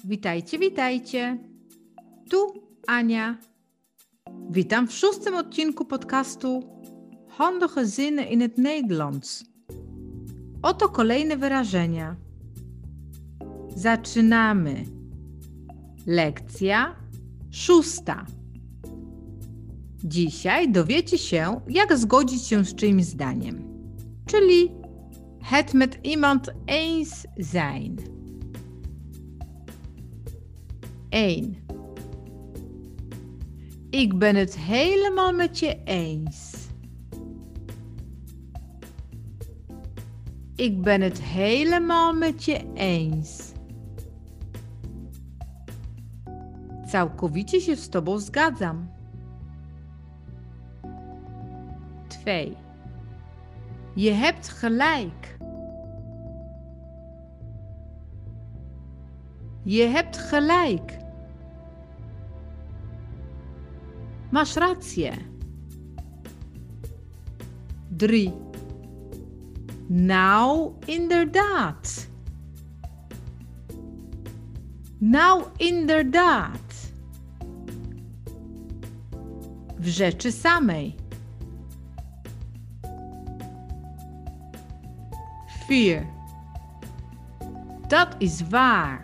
Witajcie, witajcie. Tu Ania. Witam w 6. odcinku podcastu Handige zinnen in het Nederlands. Oto kolejne wyrażenia. Zaczynamy. Lekcja 6. Dzisiaj dowiecie się, jak zgodzić się z czyimś zdaniem, czyli het met iemand eens zijn. 1. Ik ben het helemaal met je eens. Ik ben het helemaal met je eens. Całkowicie się z tobą zgadzam. 2. Je hebt gelijk. Je hebt gelijk. Masz rację. 3. Nou, inderdaad. Nou, inderdaad. W rzeczy samej. 4. Dat is waar.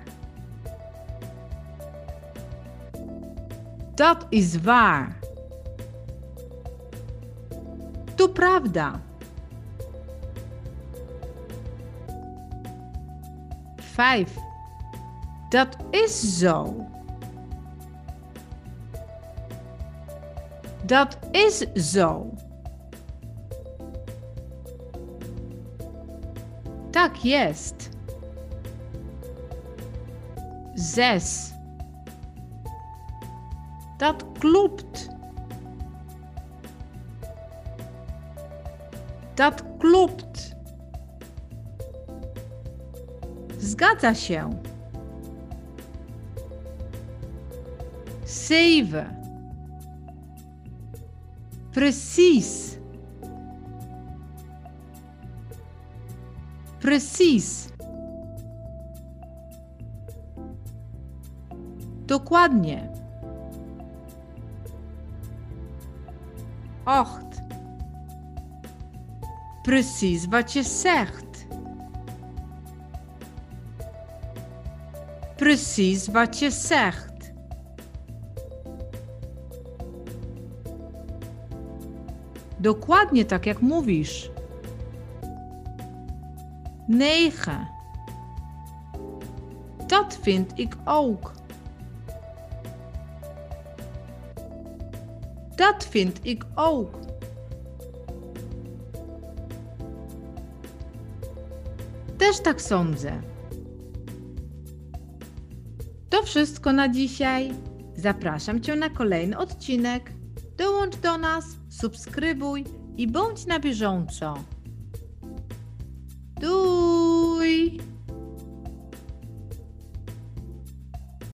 Dat is waar. To prawda. 5. Dat is zo. Dat is zo. Tak jest. 6. Dat klopt. Dat klopt. Zgadza się. 7. Precies. Precies. Dokładnie. 8. Precies wat je zegt. Precies wat je zegt. Dokładnie tak jak mówisz. 9. Dat vind ik ook. Dat vind ik ook. Też tak sądzę. To wszystko na dzisiaj. Zapraszam Cię na kolejny odcinek. Dołącz do nas, subskrybuj i bądź na bieżąco. Doei!